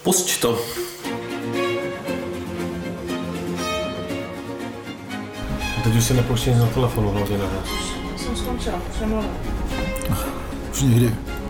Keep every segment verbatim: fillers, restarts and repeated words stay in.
Pusť to. Teď už si nepouští na telefonu hlavně na hlas. Jsem skončila, už nemluvím. Už nikdy.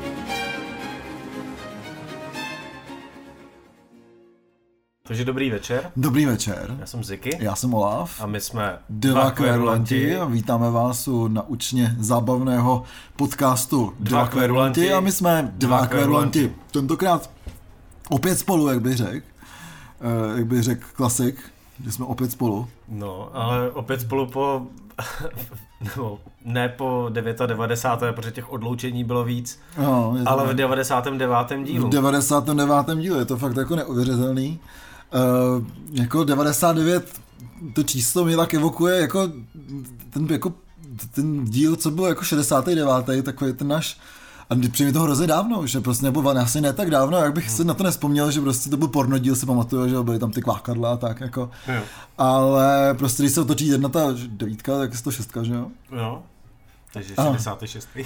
Takže dobrý večer. Dobrý večer. Já jsem Ziky. Já jsem Olaf. A my jsme Dva kverulanti a vítáme vás u naučně zábavného podcastu Dva, Dva kverulanti a my jsme Dva, Dva kverulanti. Tentokrát opět spolu, jak bych řekl. Uh, jak bych řekl klasik, že jsme opět spolu. No, ale opět spolu po... no, ne po devadesátém devátém protože těch odloučení bylo víc, no, ale v devadesátém devátém dílu. V devadesátém devátém dílu, je to fakt jako neuvěřitelný. Uh, jako devadesát devět, to číslo mě tak evokuje jako ten, jako ten díl, co byl jako šedesátý devátý, takový ten náš. A přijde mi to hrozně dávno, že prostě, nebo asi ne tak dávno, jak bych si na to nespomněl, že prostě to byl pornodíl, si pamatuju, že byly tam ty kvákadla a tak jako. Jo. Ale prostě když se otočí jedna ta devítka, tak je to šestka, že jo? Jo, takže šedesátý šestý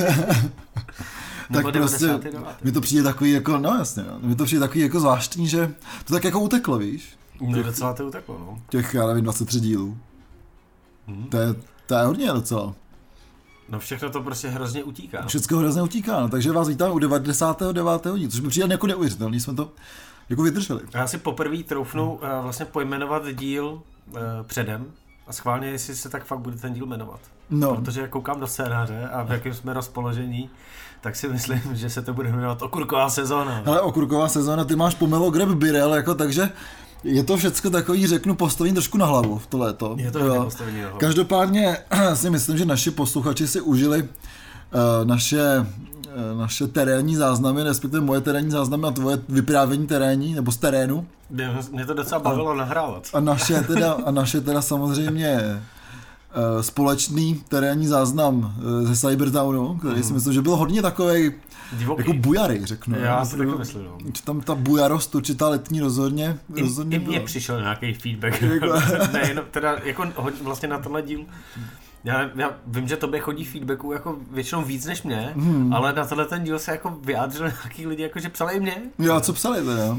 Tak prostě mi to přijde takový jako, no jasně, no, mi to přijde takový jako zvláštní, že to tak jako uteklo, víš? No docela to uteklo, no. Těch, já nevím, dvacet tři dílů. Hmm. To je, to je hodně docela. No všechno to prostě hrozně utíká. Všechno hrozně utíká, no, takže vás vítám u devadesátého devátého dílu, což mi přijde jako neuvěřitelný, jsme to jako vydrželi. Já si poprvé troufnu uh, vlastně pojmenovat díl uh, předem a schválně, jestli se tak fakt bude ten díl jmenovat. No. Protože koukám do scénáře a v jakém jsme rozpoložení, tak si myslím, že se to bude jmenovat Okurková sezóna. Ale Okurková sezóna, ty máš pomelo grab birel, jako takže je to všecko takový, řeknu, postavení trošku na hlavu v to léto. Je to hodně postavení na hlavu. Každopádně si myslím, že naši posluchači si užili uh, naše, uh, naše terénní záznamy, respektive moje terénní záznamy a tvoje vyprávění terénní, nebo z terénu. Mě to docela bavilo a, nahrávat. A naše teda, a naše teda samozřejmě uh, společný terénní záznam uh, ze Cybertownu, který mm. si myslím, že byl hodně takovej divoký. Jako bujary, řeknu. Já si taky myslím, no. Tam ta bujarost, určitá letní rozhodně. I, rozhodně i mně přišel nějaký feedback. Ne, jenom teda jako vlastně na tenhle díl. Já, já vím, že tobě chodí feedbacků jako většinou víc než mě, hmm. ale na tenhle ten díl se jako vyjádřil nějaký lidi, jako že psali i mě. Jo, co psali teda?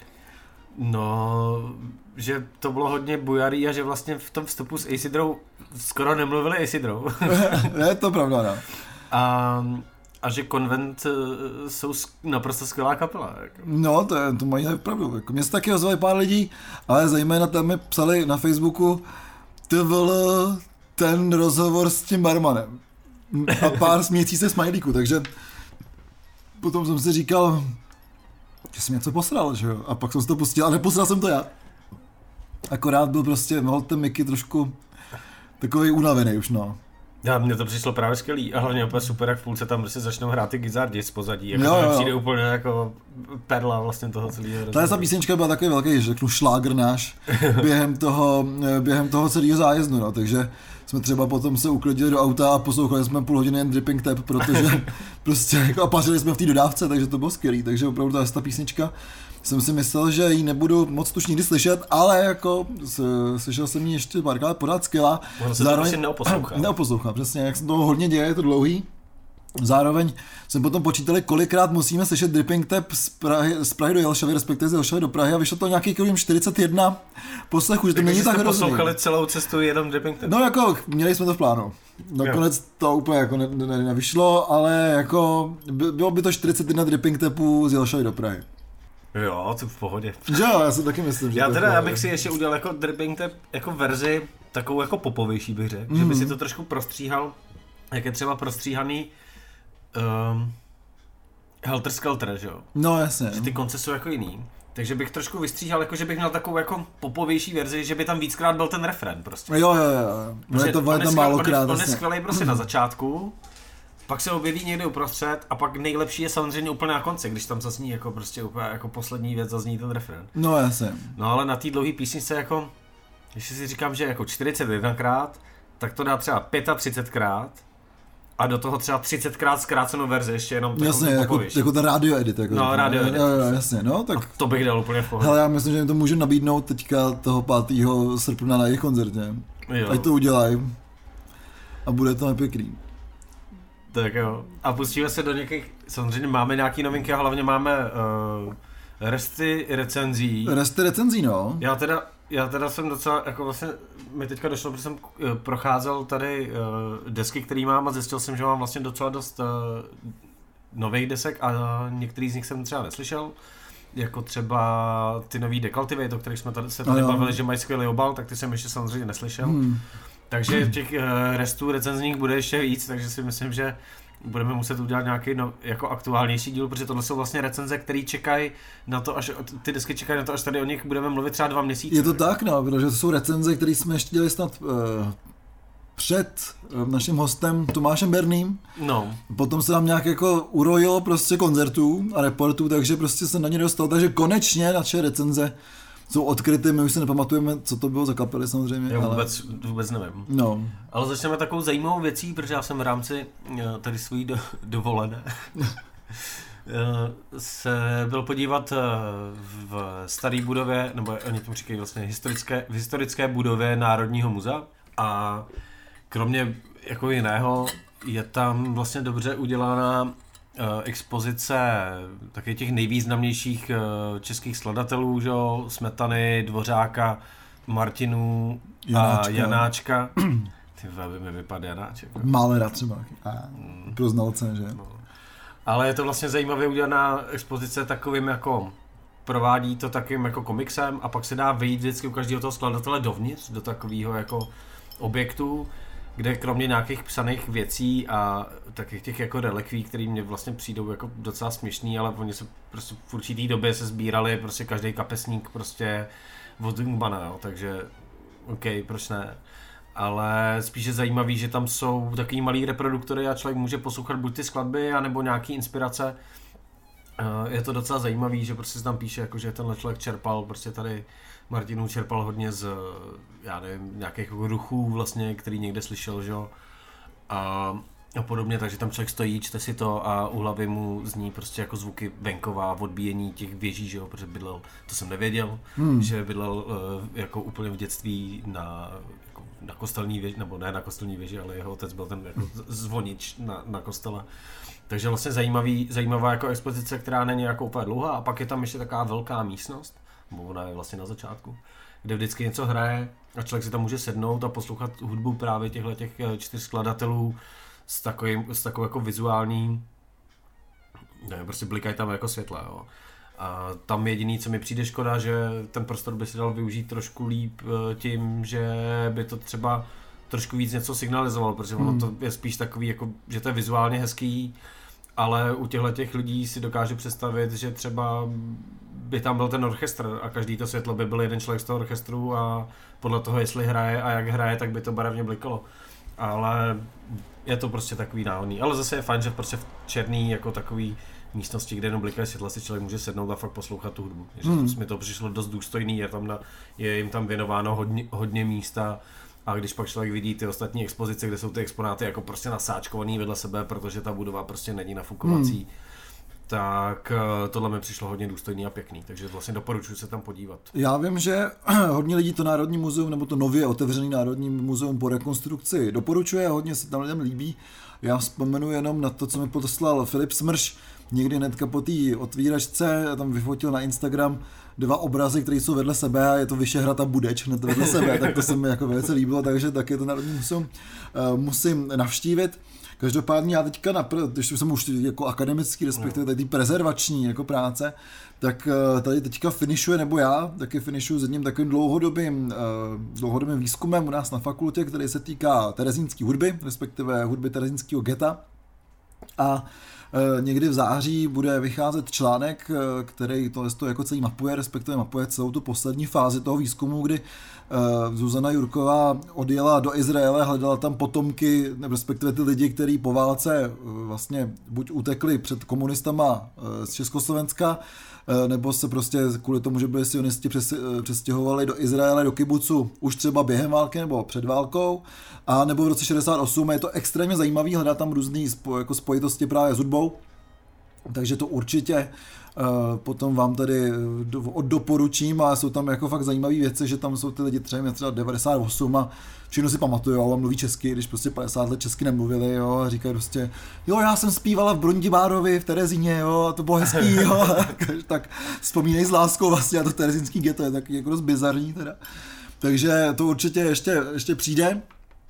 No, že to bylo hodně bujarý a že vlastně v tom vstupu s Acidrou skoro nemluvili Acidrou. Je to pravda, no. A, a že Konvent jsou naprosto skvělá kapela. Jako. No, to, je, to mají pravdu. Jako, mě se taky ozvali pár lidí, ale zejména tam mi psali na Facebooku, ty vole, ten rozhovor s tím barmanem. A pár smějící se smajlíků, takže potom jsem si říkal, že jsem něco posral, že jo? A pak jsem si to pustil, a neposral jsem to já. Akorát byl prostě, mohl ten Mickey trošku takový unavený už, no. Já, mně to přišlo právě skvělý a hlavně úplně super, jak v půlce tam prostě začnou hrát ty gizardi z pozadí, jako jo, to přijde úplně jako perla vlastně toho celého. Ta písnička byla takový velký, řeknu, šlágr náš během toho, během toho celého zájezdu, no, takže jsme třeba potom se uklidili do auta a poslouchali jsme půl hodiny jen Dripping Tap, protože prostě jako a pařili jsme v té dodávce, takže to bylo skvělý, takže opravdu ta, ta písnička jsem si myslel, že ji nebudu moc už nikdy slyšet, ale jako slyšel jsem ji ještě párkrát pořád skvělá. Ono se zároveň to prostě neoposlouchá. Neoposlouchá, přesně, jak se toho hodně děje, je to dlouhý. Zároveň jsme potom počítali, kolikrát musíme slyšet Dripping Tap z Prahy, z Prahy do Jelšavy, respektive z Jelšavy do Prahy a vyšlo to nějaký kilom čtyřicet jedna poslechů, že to není tak hrozný. Poslouchali celou cestu jenom Dripping Tap? No jako, měli jsme to v plánu. Nakonec jo. To úplně jako ne, ne, nevyšlo, ale jako bylo by to čtyřicet jedna Dripping Tapů z Jelšavy do Prahy. Jo, to v pohodě. Jo, já si taky myslím, že já teda, abych si ještě udělal jako Dripping Tap jako verzi, takovou jako popovější bych řekl, mm. že by si to trošku prostříhal, jak je třeba prostříhaný um, Helter Skelter, že jo? No jasně. Že ty konce jsou jako jiný. Takže bych trošku vystříhal, jako že bych měl takovou jako popovější verzi, že by tam víckrát byl ten refrén prostě. Jo, jo, jo. No je to, on je to málokrát. On je, on je skvělej prostě na začátku, pak se objeví někde uprostřed a pak nejlepší je samozřejmě úplně na konci, když tam zazní jako prostě úplně jako poslední věc zazní ten refrén. No jasně. No ale na té dlouhé písničce jako, když si říkám, že jako čtyřicet jedna krát, tak to dá třeba třicet pět krát a do toho třeba třicet krát zkrácenou verzi, ještě jenom takovou jasně, jako, jako ten radio edit. Jako no, radio edit. Jo, jo, jasně, no, tak. A to bych dal úplně v pohodě. Hele, já myslím, že jim to můžu nabídnout teďka toho pátého srpna na jejich koncertě. Jo. Ať to udělají. A bude to nepěkný. Tak jo. A pustíme se do nějakých, samozřejmě máme nějaký novinky a hlavně máme uh, Resty recenzí. Resty recenzí, no. Já teda, já teda jsem docela, jako vlastně, mi teďka došlo, protože jsem procházel tady uh, desky, který mám a zjistil jsem, že mám vlastně docela dost uh, nových desek a některý z nich jsem třeba neslyšel. Jako třeba ty nový Decultivate, o kterých jsme tady se tady bavili, že mají skvělý obal, tak ty jsem ještě samozřejmě neslyšel. Hmm. Takže těch uh, restů recenzních bude ještě víc, takže si myslím, že budeme muset udělat nějaký no, jako aktuálnější díl, protože tohle jsou vlastně recenze, které čekají na to, až ty desky čekají na to, až tady o nich budeme mluvit třeba dva měsíce. Je to tak, no, protože to jsou recenze, které jsme ještě dělali snad uh, před uh, naším hostem Tomášem Berným. No. Potom se nám nějak jako urojilo prostě koncertů a reportů, takže prostě se na ně dostal, takže konečně naše recenze jsou odkryty, my už si nepamatujeme, co to bylo za kapely samozřejmě. Já vůbec, ale... vůbec nevím. No. Ale začneme takovou zajímavou věcí, protože já jsem v rámci tady svojí do, dovolené se byl podívat v staré budově, nebo oni tomu říkají vlastně historické, v historické budově Národního muzea a kromě jako jiného je tam vlastně dobře udělaná expozice taky těch nejvýznamnějších českých skladatelů, že? Smetany, Dvořáka, Martinů a Janáčka. Janáčka. Ty by mi vypadl Janáček. Málera třeba. A, hmm. Pro znalce, že? No. Ale je to vlastně zajímavě udělaná expozice takovým jako provádí to takým jako komiksem a pak se dá vyjít vždycky u každého toho skladatele dovnitř do takového jako objektu, kde kromě nějakých psaných věcí a takových těch jako relikví, které mě vlastně přijdou jako docela směšný, ale oni se prostě v určitý době se sbírali prostě každý kapesník prostě od Dungbana, jo, takže OK, proč ne. Ale spíše zajímavý, že tam jsou takový malý reproduktory a člověk může poslouchat buď ty skladby, anebo nějaký inspirace. Je to docela zajímavý, že prostě se tam píše, jako, že tenhle člověk čerpal, prostě tady Martinů čerpal hodně z, já nevím, nějakých ruchů vlastně, který někde slyšel, že jo. A, a podobně, takže tam člověk stojí, čte si to a u hlavy mu zní prostě jako zvuky venková, odbíjení těch věží, že jo, protože bydlel, to jsem nevěděl, hmm. že bydlel jako úplně v dětství na, jako na kostelní věži, nebo ne na kostelní věži, ale jeho otec byl ten jako zvonič na, na kostele. Takže vlastně zajímavý, zajímavá jako expozice, která není jako úplně dlouhá a pak je tam ještě taková velká místnost, nebo ona je vlastně na začátku, kde vždycky něco hraje a člověk si tam může sednout a poslouchat hudbu právě těchto těch čtyř skladatelů s takovým, s takovou jako vizuální, ne, prostě blikají tam jako světla, jo. A tam jediný, co mi přijde škoda, že ten prostor by se dal využít trošku líp tím, že by to třeba trošku víc něco signalizovalo, protože ono to je spíš takový, jako, že to je vizuálně hezký, ale u těchto těch lidí si dokážu představit, že třeba by tam byl ten orchestr a každý to světlo by byl jeden člověk z toho orchestru a podle toho, jestli hraje a jak hraje, tak by to barevně blikalo. Ale je to prostě takový náhodný. Ale zase je fajn, že prostě v černý jako takový místnosti, kde jenom blikají světla, si člověk může sednout a fakt poslouchat tu hudbu. Hmm. Mi to přišlo dost důstojný, je, tam na, je jim tam věnováno hodně, hodně místa. A když pak člověk vidí ty ostatní expozice, kde jsou ty exponáty jako prostě nasáčkovaný vedle sebe, protože ta budova prostě není nafukovací, hmm. tak tohle mi přišlo hodně důstojný a pěkný, takže vlastně doporučuji se tam podívat. Já vím, že hodně lidí to Národní muzeum, nebo to nově otevřený Národní muzeum po rekonstrukci doporučuje, hodně se tam lidem líbí. Já vzpomenu jenom na to, co mi poslal Filip Smrš, někdy hnedka po té otvíračce, tam vyfotil na Instagram dva obrazy, které jsou vedle sebe a je to Vyšehrad a Budeč hned vedle sebe, tak to se mi jako velice líbilo, takže taky to Národní muzeum uh, musím navštívit. Každopádně já teďka, napr- když jsem už jako akademický, respektive tady ty prezervační jako práce, tak uh, tady teďka finišuje, nebo já taky finišuju s jedním takovým dlouhodobým, uh, dlouhodobým výzkumem u nás na fakultě, který se týká terezínské hudby, respektive hudby terezínského geta. A někdy v září bude vycházet článek, který to, to jako celý mapuje, respektive mapuje celou tu poslední fázi toho výzkumu, kdy Zuzana Jurková odjela do Izraele, hledala tam potomky, respektive ty lidi, kteří po válce vlastně buď utekli před komunistama z Československa, nebo se prostě kvůli tomu, že byli sionisti přestěhovali do Izraele, do kibucu už třeba během války nebo před válkou, a nebo v roce šedesát osm. Je to extrémně zajímavý, hledá tam různý spo, jako spojitosti právě s hudbou. Takže to určitě uh, potom vám tady do, oddoporučím a jsou tam jako fakt zajímavé věci, že tam jsou ty lidi třeba, třeba devadesát osm a všechno si pamatujou a mluví česky, když prostě padesát let česky nemluvili, jo, a říkají prostě, jo, já jsem zpívala v Brundibárovi v Terezíně, jo, a to bylo hezký, jo, tak vzpomínej s láskou vlastně a to terezínský ghetto je taky jako dost bizarní teda. Takže to určitě ještě, ještě přijde.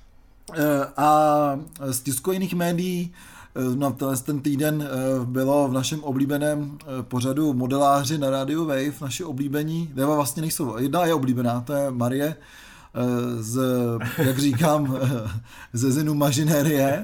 A z tiskových médií na ten týden bylo v našem oblíbeném pořadu Modeláři na rádiu Wave, naši oblíbení, nebo vlastně nejsou, jedna je oblíbená, to je Marie z, jak říkám, ze Zinu Mažinérie.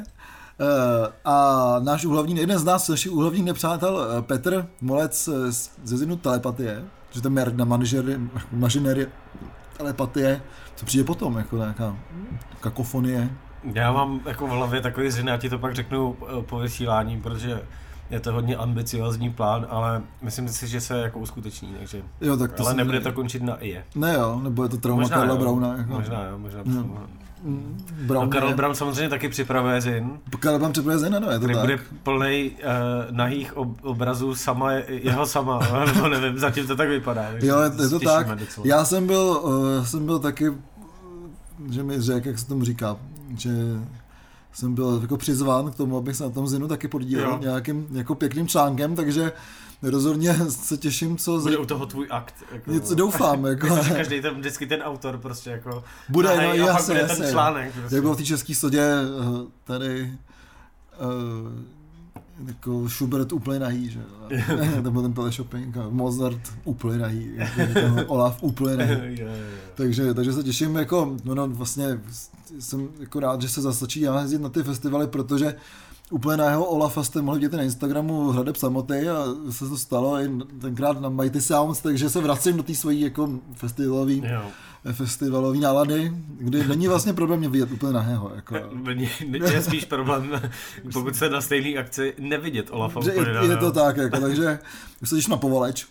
A náš úhlavní, jeden z nás, našich úhlavních nepřátel Petr Molec ze Zinu Telepatie, že to je mer na Mažinérie Telepatie, co přijde potom, jako nějaká kakofonie. Já mám jako v hlavě takový zin, já ti to pak řeknu po vysílání, protože je to hodně ambiciozní plán, ale myslím si, že se jako uskuteční, takže, jo, tak to ale nebude ne... to končit na I E. Ne jo, nebo je to trauma možná Karla jo, Brauna. Jako. Možná jo, možná. No. Brown, no, Karl Braun samozřejmě taky připravuje zin. Karl Braun připravuje zin, ano, je to tak. Bude plnej uh, nahých ob- obrazů sama, jeho sama, nebo nevím, zatím to tak vypadá. Jo, je, je to tak. Docela. Já jsem byl, uh, jsem byl taky, že mi řekl, jak se tomu říká, že jsem byl jako přizván k tomu, abych se na tom zinu taky podílel nějakým jako pěkným článkem, takže rozhodně se těším, co... Bude u toho tvůj akt. Jako... Něco doufám, jako... Každý ten, vždycky ten autor prostě jako... Bude, no, a jasně, bude ten článek. Prostě. Jak bylo v té české sodě tady... Uh, jako Schubert úplně nahý, že jo. To byl ten teleshopping, Mozart úplně nahý, Olaf úplně nahý. takže, takže se těším, jako, no vlastně jsem jako rád, že se zastačí já jezdit na ty festivaly, protože úplně na jeho Olafa jste mohli vidět na Instagramu Hradeb samoty a se to stalo i tenkrát na Mighty Sounds, takže se vracím do té svojí jako festivalový, festivalový nálady, kdy není vlastně problém mě vidět úplně nahého. Jako. Je spíš problém, pokud se na stejný akci nevidět Olafa úplně nahého. Je to tak, jako, takže už se jdeš na povaleč.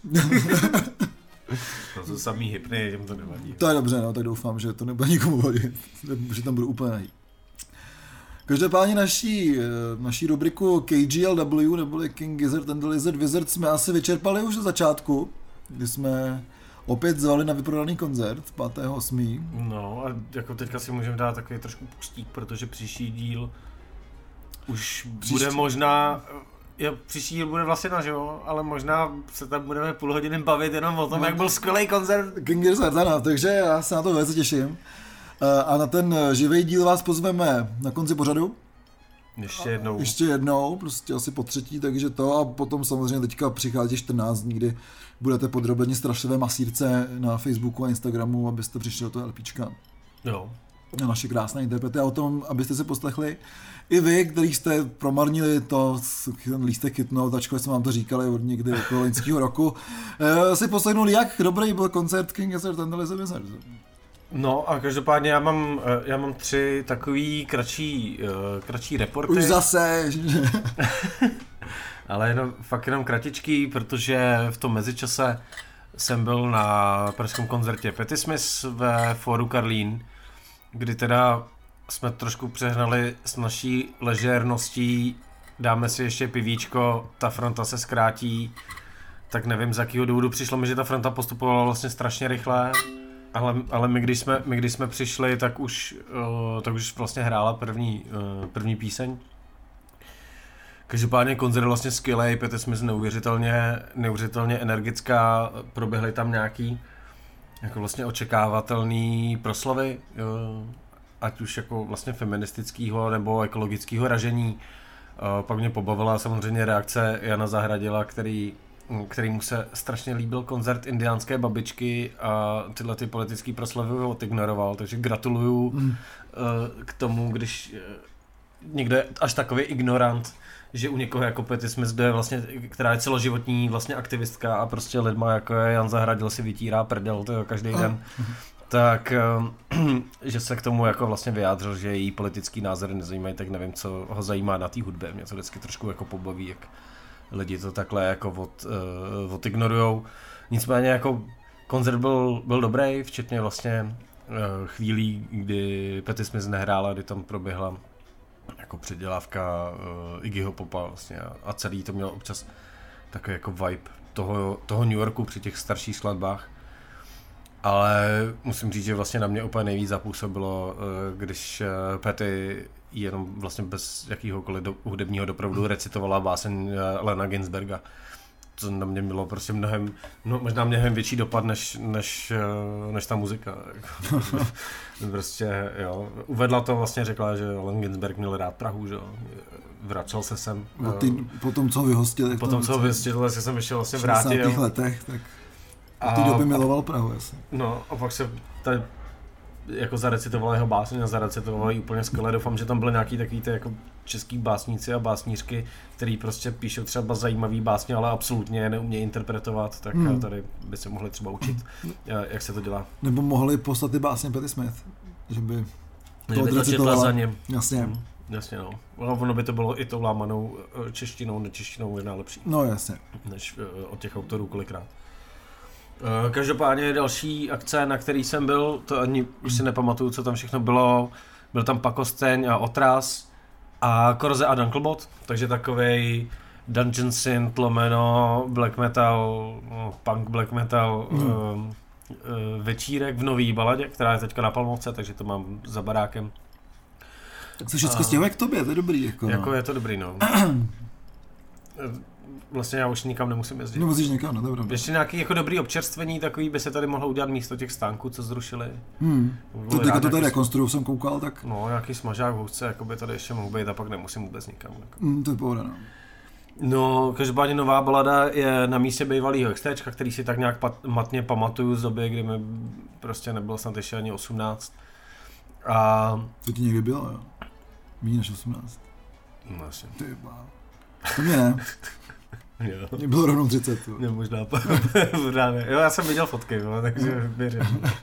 To jsou samý hypny, těm to nevadí. To je dobře, no, tak doufám, že to nebude nikomu vadit, že tam budu úplně nahý. Každopádně naší, naší rubriku K G L W, neboli King Gizzard and the Lizard Wizard, jsme asi vyčerpali už na začátku, kdy jsme opět zvali na vyprodaný koncert pátého osmého No a jako teďka si můžeme dát takový trošku pustík, protože příští díl už příští. bude možná, jo, příští díl bude vlastně naživo, ale možná se tam budeme půl hodiny bavit jenom o tom, no. jak byl skvělý koncert. King Gizzard, ano, takže já se na to velice těším. A na ten živý díl vás pozveme na konci pořadu. Ještě jednou. Ještě jednou, prostě asi po třetí, takže to a potom samozřejmě teďka přichází čtrnáct dní, kdy budete podrobeni strašlivé masírce na Facebooku a Instagramu, abyste přišli do toho LPčka. Jo. Na naše krásné interprety a o tom, abyste se poslechli i vy, který jste promarnili to, ten lístek chytnout, ačkoliv jsme vám to říkali od někdy jako loňského roku, si poslechnuli, jak dobrý byl koncert King Gizzard and the Lizard Wizard. No a každopádně já mám, já mám tři takový kratší, kratší reporty. Už zase. Ale jenom, fakt jenom kratičký, protože v tom mezičase jsem byl na pražském koncertě Patti Smith ve Fóru Karlín, kdy teda jsme trošku přehnali s naší ležérností, dáme si ještě pivíčko, ta fronta se zkrátí, tak nevím z jakého důvodu přišlo mi, že ta fronta postupovala vlastně strašně rychle. Ale, ale my, když jsme, my když jsme přišli, tak už, uh, tak už vlastně hrála první, uh, první píseň. Každopádně koncert vlastně skvělej, Patti Smith neuvěřitelně, neuvěřitelně energická, proběhly tam nějaký jako vlastně očekávatelný proslovy, uh, ať už jako vlastně feministického nebo ekologického ražení. Uh, pak mě pobavila samozřejmě reakce Jana Zahradila, který kterýmu se strašně líbil koncert indiánské babičky a tyhle ty politický proslovy ho odignoroval, takže gratuluju mm. uh, k tomu, když uh, někdo je až takový ignorant, že u někoho jako Patti Smith, je vlastně, která je celoživotní vlastně aktivistka a prostě lidma jako je Jan Zahradil si vytírá prdel to každý oh. den, tak uh, že se k tomu jako vlastně vyjádřil, že její politický názory nezajímají, tak nevím, co ho zajímá na té hudbě, mě to vždycky trošku jako pobaví, jak lidi to takhle jako od, uh, odignorujou. Nicméně jako koncert byl, byl dobrý, včetně vlastně uh, chvílí, kdy Patti Smith nehrála, kdy tam proběhla jako předělávka uh, Iggyho Popa vlastně a, a celý to mělo občas takový jako vibe toho, toho New Yorku při těch starších skladbách. Ale musím říct, že vlastně na mě úplně nejvíc zapůsobilo, když Patty jenom vlastně bez jakýhokoliv do, hudebního doprovodu recitovala báseň Lena Ginsberga. To na mě bylo prostě mnohem, no, možná mnohem větší dopad, než, než, než ta muzika. Prostě, jo. Uvedla to vlastně, řekla, že Len Ginsberg měl rád Prahu, že jo. Vracel se sem. Po tom, co ho vyhostil. Po tom, co ho vyhostil, se jsem ještě vlastně vrátil. V šedesátých letech, tak v té době miloval Prahu, jasně. No a pak se tady jako zarecitovala jeho básně a zarecitovala ji úplně skvěle. Doufám, že tam byly nějaký takový ty jako český básníci a básnířky, který prostě píšou třeba zajímavý básně, ale absolutně je neumějí interpretovat, tak hmm. tady by se mohli třeba učit, jak se to dělá. Nebo mohli poslat ty básně Patti Smith, že by to odrecitovala za ně. Jasně. Hmm. Jasně, no. Ono by to bylo i tou lámanou češtinou, nečeštinou možná lepší. No jasně. Než od těch autorů kolikrát. Každopádně další akce, na který jsem byl, to ani už si nepamatuju, co tam všechno bylo. Byl tam Pakosteň a Otras a Korze a Dunklebot, takže takovej Dungeon Synth, lomeno, black metal, punk black metal mm. um, večírek v Nový Baladě, která je teďka na Palmovce, takže to mám za barákem. Tak se všechno stěhuje k tobě, to je dobrý. Jako, jako je to dobrý, no. Vlastně já už nikam nemusím jezdit. Nemusíš nikam, no dobrý. Ještě nějaký jako dobrý občerstvení, takový by se tady mohlo udělat místo těch stánků, co zrušili. Hmm. To teďka to tady rekonstruju, jsem koukal, tak... No, nějaký smažák v housce, jako by tady ještě mohl být a pak nemusím vůbec nikam. Jako. Hmm, to je pohoda, no. No, každopádně Nová Balada je na místě bývalýho XTčka, který si tak nějak pat, matně pamatuju z doby, kdy mi prostě nebylo snad ještě ani osmnáct. A... To ti někdy bylo, jo? Méně než osmnáct. No asi. Ty bá. To mě ne. Jo. Mě bylo rovnou třicet. Ne, možná. možná ne. Jo, já jsem viděl fotky, no, takže věřím.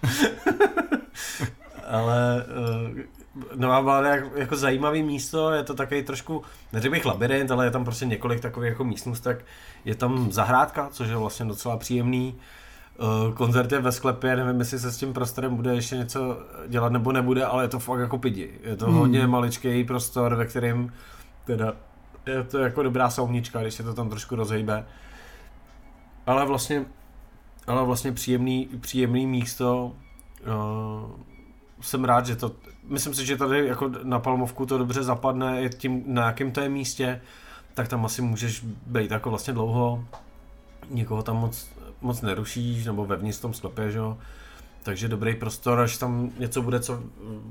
Ale uh, Nová Balada je jako zajímavý místo, je to takový trošku, neřekl bych labirint, ale je tam prostě několik takových jako místnostek. Je tam zahrádka, což je vlastně docela příjemný. Uh, koncert je ve sklepě, nevím, jestli se s tím prostorem bude ještě něco dělat nebo nebude, ale je to fakt jako pidi. Je to hmm. hodně maličký prostor, ve kterém teda je to jako dobrá saunička, když se to tam trošku rozhejbe. Ale vlastně, ale vlastně příjemný, příjemný místo. Uh, jsem rád, že to, myslím si, že tady jako na Palmovku to dobře zapadne, tím, na jakém to je místě, tak tam asi můžeš být jako vlastně dlouho. Nikoho tam moc, moc nerušíš, nebo vevnitř v tom sklepě, že jo. Takže dobrý prostor, až tam něco bude, co...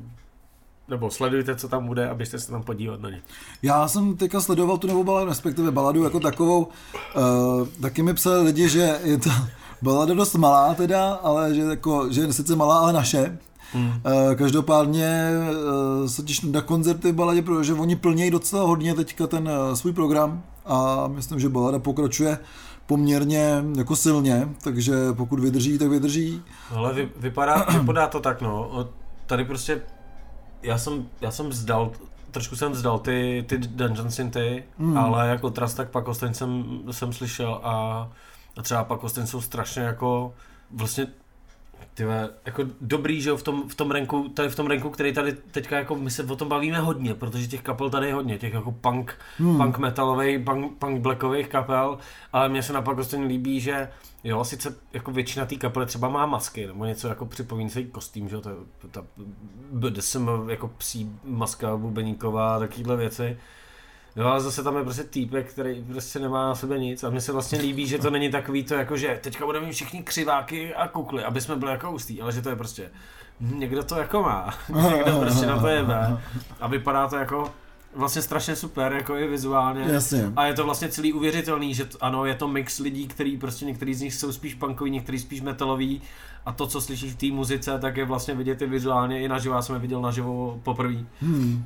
Nebo sledujte, co tam bude a běžte se tam podívat na ně. Já jsem teďka sledoval tu novou baladu, respektive baladu jako takovou. Uh, taky mi psali lidi, že je to balada dost malá teda, ale že, jako, že je sice malá, ale naše. Hmm. Uh, každopádně uh, se těším na koncerty v baladě, protože oni plnějí docela hodně teďka ten uh, svůj program a myslím, že balada pokračuje poměrně jako silně, takže pokud vydrží, tak vydrží. Ale vy, vypadá, vypadá to tak, no. Tady prostě Já jsem, já jsem vzdal, trošku jsem vzdal ty, ty Dungeon Synthy, mm. ale jako Trust, tak Pakosteň jsem, jsem slyšel a, a třeba Pakosteň jsou strašně jako vlastně tyhle, jako dobrý, že jo, v tom, v tom ranku, to je v tom ranku, který tady teďka jako my se o tom bavíme hodně, protože těch kapel tady je hodně, těch jako punk, mm. punk metalových, punk, punk blackových kapel, ale mně se na Pakosteň líbí, že jo, sice jako většina té kapely třeba má masky, nebo něco jako připomínající kostým, že jo, ta, ta B D S M jako psí maska bubeníková, takovýhle věci. Jo, ale zase tam je prostě týpek, který prostě nemá na sebe nic a mně se vlastně líbí, že to není takový to jako, že teďka budeme mít všichni křiváky a kukly, aby jsme byli jako hustý, ale že to je prostě, někdo to jako má, někdo prostě na to jebe a vypadá to jako vlastně strašně super, jako i vizuálně. Jasně. A je to vlastně celý uvěřitelný, že to, ano, je to mix lidí, který prostě některý z nich jsou spíš punkoví, některý spíš metalový a to, co slyšíš v té muzice, tak je vlastně vidět i vizuálně, i naživo, já jsem je viděl naživo poprvé. Hmm.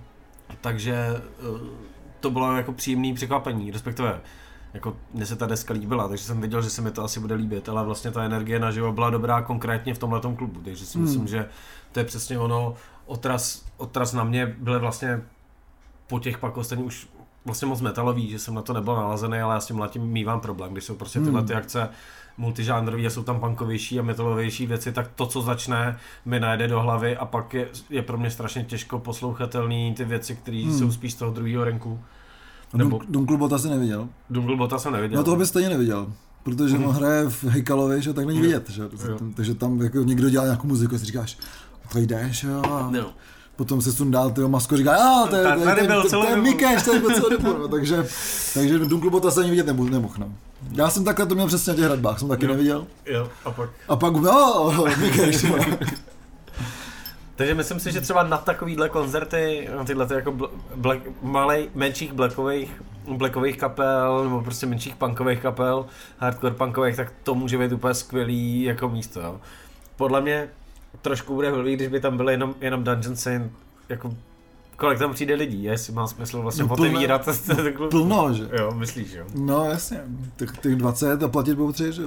Takže to bylo jako příjemné překvapení, respektive jako mně se ta deska líbila, takže jsem viděl, že se mi to asi bude líbit, ale vlastně ta energie naživo byla dobrá konkrétně v tomhletom klubu, takže si hmm. myslím, že to je přesně ono, otras, otras na mě byly vlastně po těch Pakosteň už vlastně moc metalový, že jsem na to nebyl nalazený, ale já s tím letím mívám problém, když jsou prostě tyhle ty akce multižánrový a jsou tam punkovější a metalovější věci, tak to, co začne, mi najde do hlavy a pak je, je pro mě strašně těžko poslouchatelný ty věci, které hmm. jsou spíš z toho druhého ranku. Nebo... Dunkelbota jsi neviděl? Dunkelbota jsem neviděl. No toho bys stejně neviděl. Protože on hraje v Hejkalovi, že tak není vidět, že? Takže tam jako někdo dělá nějakou muziku a si říkáš, to jdeš, jo. No. Potom se sundál tyho masku a říká, a to je, tady byl celou dobu. Mikeš, to je celou dobu, no. takže, takže Dunkelbota se ani vidět nemohl, nemohl, no. Já jsem takhle to měl přesně na těch hradbách, jsem taky jo. neviděl. Jo, a pak? A pak, no, Mikeš, no. Takže myslím si, že třeba na takovýhle koncerty, na tyhle jako black, malej, menších blackových, blackových kapel, nebo prostě menších punkových kapel, hardcore punkových, tak to může být úplně skvělý jako místo, jo. Podle mě trošku bude blbý, když by tam byly jenom, jenom Dungeon Saint, jako kolik tam přijde lidí, jestli má smysl vlastně no, otevírat ten klub. Plno, že? Jo, myslíš, jo? No jasně, těch, těch dvacet a platit budou tři, že?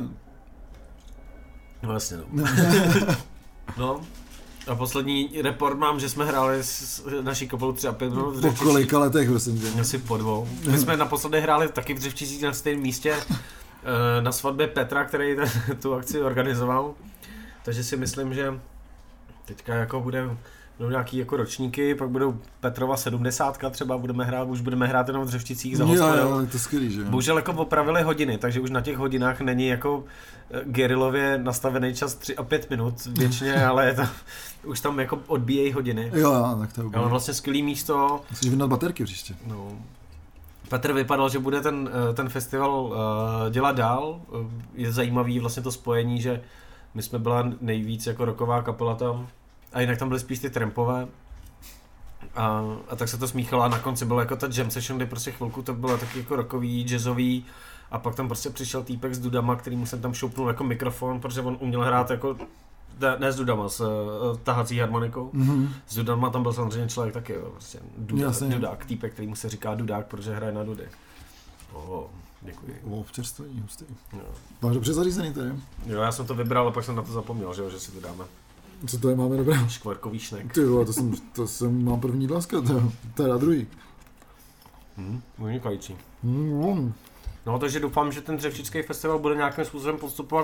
No jasně, no. No. A poslední report mám, že jsme hráli s naší kapelou tři a pět minut. Po kolika letech, prosím tě? Asi po dvou. My jsme naposledy hráli taky v Dřevčicích na stejném místě na svatbě Petra, který tu akci organizoval. Takže si myslím, že teďka jako bude, budou nějaký jako ročníky, pak budou Petrova sedmdesátka třeba, budeme hrát, už budeme hrát jenom v Dřevčicích za hospodou. Jo, jo, to skvělý, že jo. Bohužel jako opravili hodiny, takže už na těch hodinách není jako gerilově nastavený čas tři a pět minut většině, ale je to, už tam jako odbíjejí hodiny. Jo, jo, tak to je úplně. Ale vlastně skvělý místo. Musíš vydat baterky příště. No. Petr vypadal, že bude ten, ten festival uh, dělat dál. Je zajímavý vlastně to spojení, že my jsme byla nejvíc jako rocková kapela tam a jinak tam byly spíš ty trampové. A, a tak se to smíchalo a na konci bylo jako ta jam session, kdy prostě chvilku to bylo taky jako rockový, jazzový a pak tam prostě přišel týpek s dudama, kterýmu jsem tam šoupnul jako mikrofon, protože on uměl hrát jako, ne, ne s dudama, s uh, tahací harmonikou. Mm-hmm. S dudama tam byl samozřejmě člověk taky, jo, prostě duda, dudák, týpek, kterýmu se říká dudák, protože hraje na dudy. Oh, děkuji. O, v čerstvení, hustý. Jo. Máš dobře zařízený tady. Jo, já jsem to vybral a pak jsem na to zapomněl, že, jo, že si to dáme. Co to je, máme dobré? Škvarkový šnek. Ty vole, to jsem, to jsem, mám první dlaska, to, to je na druhý. Hmm, vynikající. Mm. No, takže doufám, že ten Dřevčický festival bude nějakým způsobem postupovat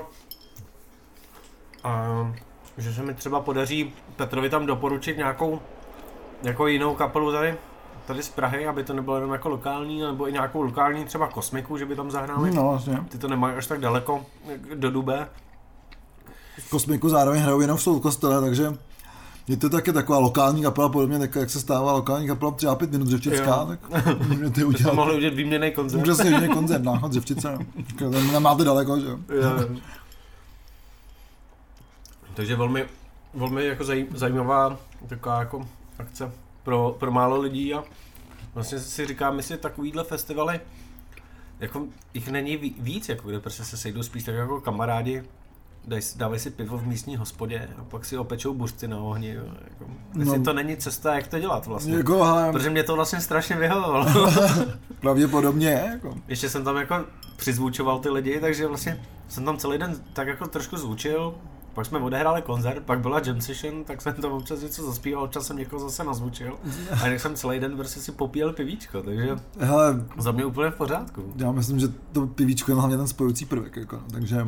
a že se mi třeba podaří Petrovi tam doporučit nějakou, nějakou jinou kapelu tady, tady z Prahy, aby to nebylo jenom jako lokální, nebo i nějakou lokální třeba Kosmiku, že by tam zahráli. No, vlastně. Ty to nemají až tak daleko do Dube. Kosmiku zároveň hrajou jenom v Soul kostele, takže je to taky taková lokální kapela, podobně tak, jak se stává lokální kapela třeba pět minut Dřevčická, tak můžete udělat. To mohli udělat výměnný koncert. Přesně výměnný koncert, náchod Dřevčice, nemáte daleko, že jo. Takže velmi, velmi jako zaj, zajímavá taková jako akce pro, pro málo lidí a vlastně si říkám, jestli takovýhle festivaly, jako jich není víc, jako kde prostě se sejdou spíš tak jako kamarádi, daj, dávají si pivo v místní hospodě a pak si opečou buřty na ohni, jo, jako, jestli no, to není cesta, jak to dělat vlastně, jako, ale... protože mě to vlastně strašně vyhovovalo. Pravděpodobně, jako. Ještě jsem tam jako přizvučoval ty lidi, takže vlastně jsem tam celý den tak jako trošku zvučil. Pak jsme odehráli koncert, pak byla jam session, tak jsem tam občas něco zaspíval, občas jsem někoho zase nazvučil. A jinak jsem celý den prostě si popíjel pivíčko, takže hele, za mě úplně v pořádku. Já myslím, že to pivíčko je hlavně ten spojující prvek, jako, takže...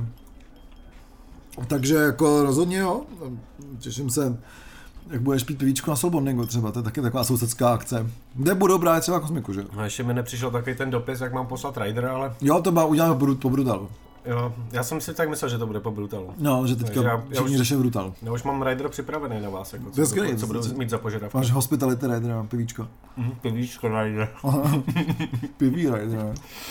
Takže jako rozhodně jo, těším se, jak budeš pít pivíčko na Soulbondingu třeba, to je taky taková sousedská akce, kde budou brát třeba Kosmiku, že? No ještě mi nepřišel takový ten dopis, jak mám poslat Rider, ale... Jo, to má uděláme po, po Brutalu. Jo, já jsem si tak myslel, že to bude po Brutalu. No, že teďka já, já všichni řeší Brutal. Já už mám Rider připravený na vás, jako, co, skvělý, co budu mít za požadavky. Máš Hospitality Rider a pivíčko. Mm, pivíčko Rider. Piví Rider.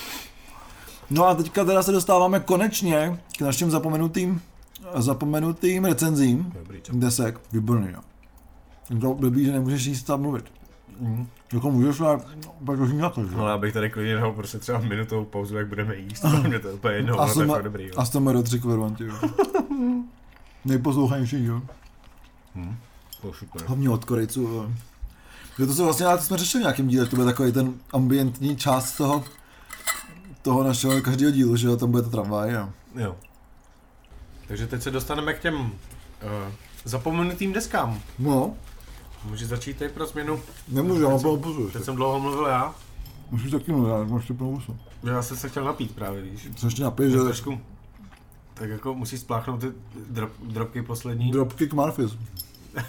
No a teďka teda se dostáváme konečně k našim zapomenutým, zapomenutým recenzím. Dobrý, desek, výborný, jo. To blbý, že nemůžeš jíst a mluvit. Mm. Jako můžeš, ale pak už nějak, že? No já bych tady klidně dal prostě třeba minutovou pauzu, jak budeme jíst, mě to je úplně jedno, ale to je fakt dobrý, jo. A jsme do tři kvervanti, jo. Nejposlouchanější, jo. Hmm, to super. Hlavně od Korejců, jo. To se vlastně, to jsme řešili v nějakém díle, to bude takový ten ambientní část toho, toho našeho každého dílu, že jo, tam bude to tramvaj, jo. Jo. Takže teď se dostaneme k těm uh, zapomenutým deskám. No. Můžeš začít ty pro změnu? Nemůžu, já mám plnou pusu. Teď jsem dlouho mluvil já. Můžeš taky mluvit, já máš ty plnou pusu. Já jsem se chtěl napít právě, víš. Co ještě napít, že? Trošku. Tak jako musíš spláchnout ty drop, dropky poslední. Dropkick Murphys.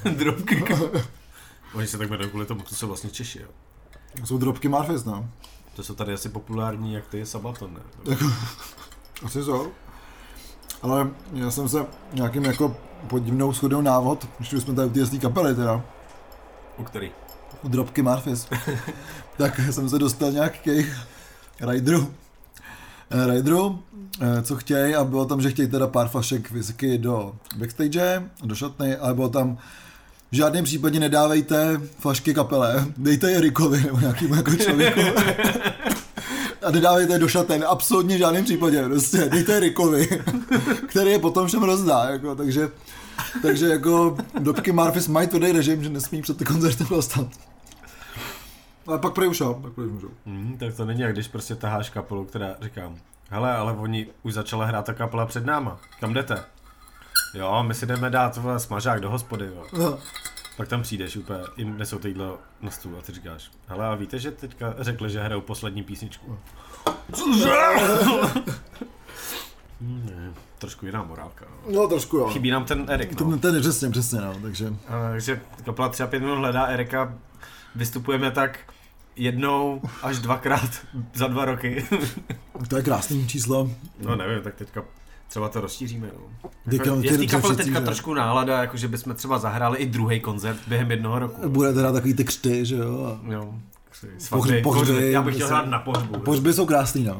Dropkick. Oni se tak jmenují kvůli tomu, to jsou vlastně Češi, jo. To jsou Dropkick Murphys, no. To jsou tady asi populární, jak ty, Sabaton, ne? Asi jsou. Ale já jsem se nějakým jako podivnou shodou návod, když jsme tady u té kapely teda. U který? U Dropky Murphys. Tak jsem se dostal nějakých riderů. Riderů, co chtějí, a bylo tam, že chtějí teda pár flašek whisky do backstage, do šatny, ale bylo tam v žádném případě nedávejte flašky kapele, dejte je Rickovi nebo nějakým jako člověku. A nedávejte je do šaten, absolutně v žádném případě, prostě dejte je Rickovi, který je potom všem rozdá, jako, takže, takže jako Dropky Murphys mají tvrdý režim, že nesmí před koncertem dostat. Ale pak prej už jo, pak prej můžou. Mm, tak to není jak když prostě taháš kapelu, která říkám, hele, ale oni už začala hrát ta kapela před náma, kam jdete? Jo, my si jdeme dát tohle smažák do hospody, jo. No. Pak tam přijdeš úplně, jim nesou to jídlo na stůl a ty říkáš, hele, a víte, že teďka řekli, že hrajou poslední písničku? Cože? hmm, trošku jiná morálka. No, no trošku jo. Chybí nám ten Erik, no. Ten, ten je přesně, přesně, no, takže. A, takže kapela třeba pět minut hledá Erika, vystupujeme tak jednou až dvakrát za dva roky. To je krásný číslo. No nevím, tak teďka třeba to rozšíříme. No. Jako, je v té kapele teďka že? Trošku nálada, jakože bychom třeba zahráli i druhý koncert během jednoho roku. Bude teda takový ty křty, že jo? Jo. Svatby, pohřby, já bych chtěl hrát na pohřbu. Pohřby jsou krásný, no.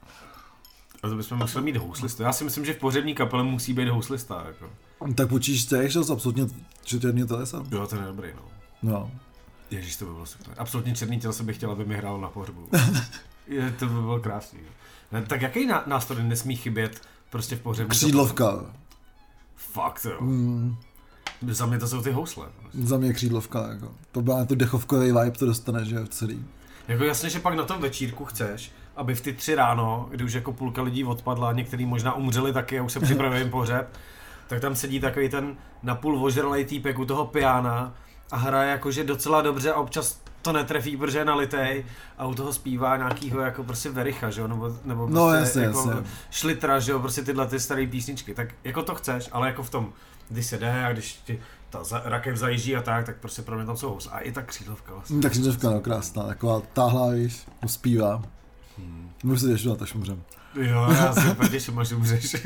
A to bychom museli mít houslistu. Já si myslím, že v pohřební kapele musí být houslista. Jako. Tak počíš těch, že jsi absolutně černý tělesa? Jo, to je dobrý, no. No. Ježíš, to by bylo super. Absolutně černý těleso bych chtěl, aby mi hrál na pohřbu. Je, to by bylo krásný. Ne, tak jaký ná, nástroj nesmí chybět prostě v pohřební? Křídlovka. Fakt jo. Mm. Za mě to jsou ty housle. Prostě. Za mě křídlovka, jako. To byla to dechovkový vibe, to dostane, že jo, celý. Jako jasně, že pak na tom večírku chceš, aby v ty tři ráno, kdy už jako půlka lidí odpadla, některý možná umřeli taky a už se připravili pohřeb, tak tam sedí takový ten napůl ožralej týpek u toho piana a hraje jakože docela dobře a občas to netrefí, protože je nalitej a u toho zpívá nějakýho jako prostě Vericha, že jo, nebo, nebo prostě no, jasně, jako jasně. Šlitra, že jo, prostě tyhle ty staré písničky, tak jako to chceš, ale jako v tom, když se jde a když ti ta za, rakev zajíždí a tak, tak prostě pro mě tam jsou housle. A i ta křídlovka vlastně. Ta křídlovka, no, krásná, taková táhlá, víš, zpívá. Hmm. Můžu se těšit na to, až umřem. Jo, já se úplně těším, až umřeš.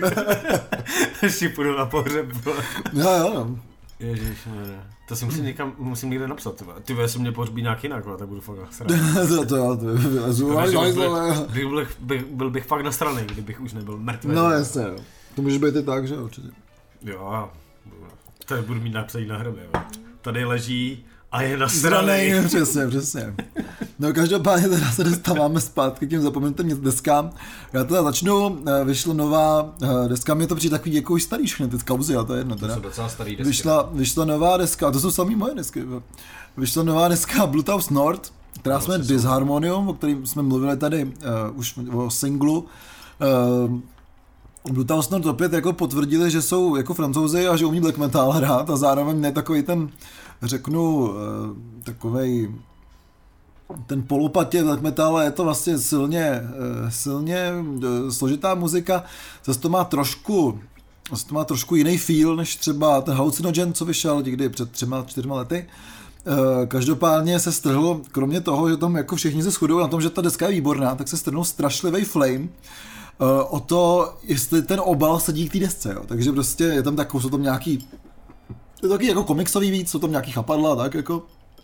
Až ti půjdu na pohřeb. Jo, jo, jo. Ježišmarja. To si musím někam, musím někde napsat, ty vole. Ty vole, se mě pohřbí nějak jinak, tak budu fakt nasraný. to, to jo, to vylezu. Byl, byl, byl bych fakt nasraný, kdybych už nebyl mrtvý. No jasně, jo. To může být i tak, že určitě. Jo, tady budu mít napsaný na hrbě, jo. Tady leží a je nasraný. Přesně, přesně. No každopádně teda se dostáváme zpátky k těm zapomenutým deskám. Já teda začnu, vyšla nová deska, mě to přijde takový jako už starý všechny, ty kauzy, a to je jedno teda. To jsou docela starý desky. Vyšla, vyšla nová deska, a to jsou samý moje desky. Vyšla nová deska Bluetooth Nord, která no, jsme Disharmonium, o kterým jsme mluvili tady uh, už o singlu. Uh, Bluetooth Nord opět jako potvrdili, že jsou jako Francouzi a že umí black metal hrát a zároveň ne takový ten, řeknu, uh, takovej ten polopatě black metal, je to vlastně silně, silně složitá muzika, zase to má trošku, zase to má trošku jiný feel, než třeba ten Hallucinogen, co vyšel někdy před třema, čtyřma lety. Každopádně se strhlo, kromě toho, že tam jako všichni se shodují na tom, že ta deska je výborná, tak se strhnul strašlivý flame o to, jestli ten obal sedí k té desce, jo. Takže prostě je tam takovou, jsou tam nějaký, je to taky jako komiksový víc, jsou tam nějaký chapadla, tak jako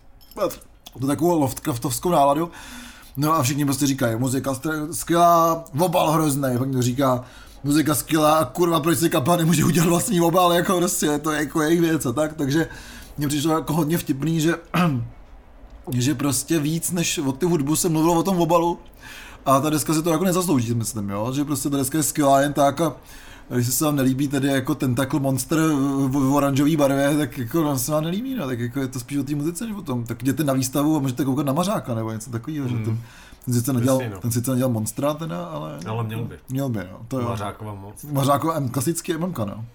to takovou Lovecraftovskou náladu. No a všichni prostě říkají, muzika skvělá, obal hrozný, pak někdo říká, muzika skvělá a kurva, proč si kapela nemůže udělat vlastní obal, jako prostě, to je jako jejich věc a tak, takže mně přišlo jako hodně vtipný, že, že prostě víc než od ty hudbu se mluvilo o tom obalu a ta deska si to jako nezaslouží, myslím, jo, že prostě ta deska je skvělá jen tak a když se vám nelíbí tedy jako Tentacle Monster v oranžový barvě, tak jako nám se vám nelíbí, no, tak jako je to spíš o té muzice než o tom. Tak jděte na výstavu a můžete koukat na Mařáka nebo něco takového, mm. že ten, ten, sice nedělal, no. ten sice nedělal Monstra teda, ale... Ale měl by. Měl by, no. To Mařákova moc. Mařákova, klasický MMka, no.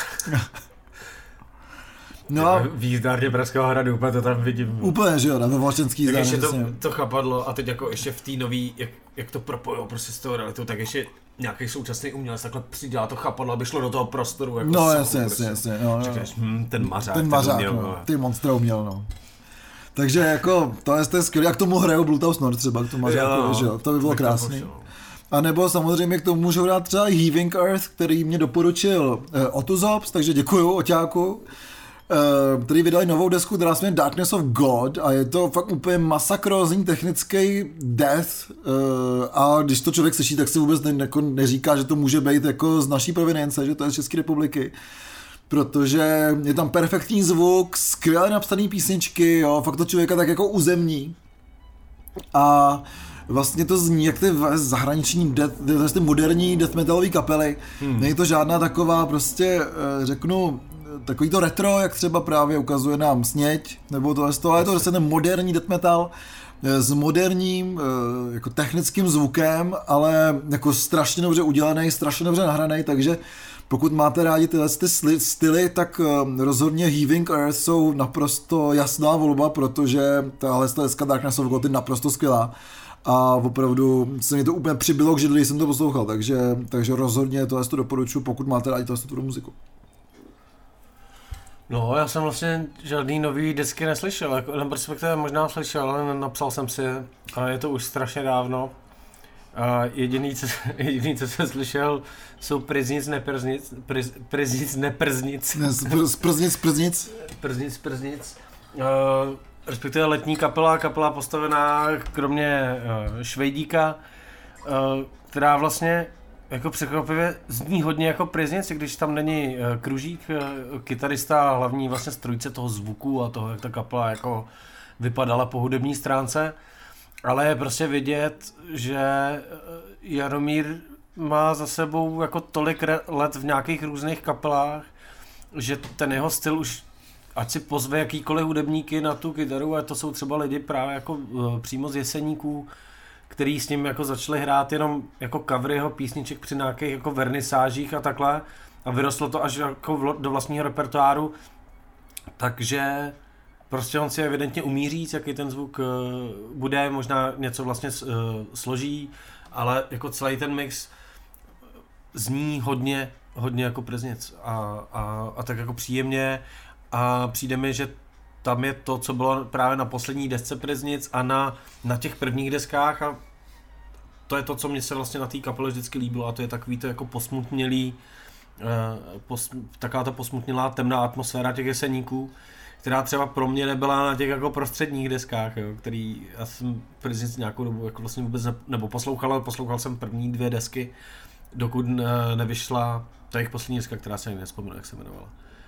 No a výzdárně Pražského hradu, úplně to tam vidím. Úplně, že jo, na Vlašenský zdárně. Tak ještě to, to chapadlo a teď jako ještě v té nový, jak, jak to propojilo prostě s tou realitou, tak ještě nějaký současný umělec takhle přidělá to chapadlo, aby šlo do toho prostoru. Jako no jasně, jasně, jasně. No, říkáš, hm, ten Mařák, ten Mařák, uměl, no, ty monstra uměl, no. Takže jako, to je, to je skvělé, jak tomu hrajou Bluetooth Nord třeba, k tomu jo, jako, že jo, to by bylo krásný. A nebo samozřejmě k tomu můžou hrát třeba Heaving Earth, který mě doporučil eh, Otuzops, takže děkuju Oťáku, eh, který vydali novou desku, která se jmenuje Darkness of God a je to fakt úplně masakrózní technický death eh, a když to člověk slyší, tak si vůbec ne, jako neříká, že to může být jako z naší provenience, že to je z České republiky. Protože je tam perfektní zvuk, skvěle napsaný písničky, jo, fakt to člověka tak jako uzemní. A vlastně to zní jak ty zahraniční, death, ty moderní death metalové kapely. Hmm. Není to žádná taková prostě, řeknu, takový to retro, jak třeba právě ukazuje nám Sněď, nebo to, to ale je to prostě ten moderní death metal s moderním jako technickým zvukem, ale jako strašně dobře udělaný, strašně dobře nahraný, takže pokud máte rádi tyhle ty styly, tak rozhodně Heaving Earth jsou naprosto jasná volba, protože tahle deska Darkness of God je naprosto skvělá. A opravdu se mi to úplně přibylo k židli, když jsem to poslouchal, takže, takže rozhodně tohle to doporučuji, pokud máte rádi tohle tu muziku. No, já jsem vlastně žádný nový desky neslyšel, jako, respektive možná slyšel, ale napsal jsem si je a je to už strašně dávno. A jediný, co, jediný, co jsem slyšel, jsou Priznic, neprznic, priz, Priznic, neprznic. Ne, z Prznic, Prznic. Prznic, Prznic. Uh, respektive letní kapela, kapela postavená kromě uh, Švejdíka, uh, která vlastně jako překvapivě zní hodně jako Priznic, když tam není uh, Kružík, uh, kytarista, hlavní vlastně strojce toho zvuku a toho, jak ta kapela jako vypadala po hudební stránce. Ale je prostě vidět, že Jaromír má za sebou jako tolik let v nějakých různých kapelách, že ten jeho styl už, ať si pozve jakýkoliv hudebníky na tu kytaru, a to jsou třeba lidi právě jako uh, přímo z Jeseníků, který s ním jako začali hrát jenom jako covery jeho písniček při nějakých jako vernisážích a takhle a vyrostlo to až jako vlo, do vlastního repertoáru, takže prostě on si evidentně umí říct, jaký ten zvuk uh, bude, možná něco vlastně uh, složí, ale jako celý ten mix zní hodně, hodně jako Prznic a, a, a tak jako příjemně a přijde mi, že tam je to, co bylo právě na poslední desce Prznic a na, na těch prvních deskách a to je to, co mě se vlastně na té kapele vždycky líbilo a to je takový to jako posmutnělý, uh, pos, taková ta posmutnělá temná atmosféra těch Jeseníků, která třeba pro mě nebyla na těch jako prostředních deskách, jo, který já jsem Prznic nějakou dobu jako vlastně vůbec ne, nebo poslouchal, ale poslouchal jsem první dvě desky, dokud ne, nevyšla ta jejich poslední deska, která se ani nespomenu, jak se jmenovala.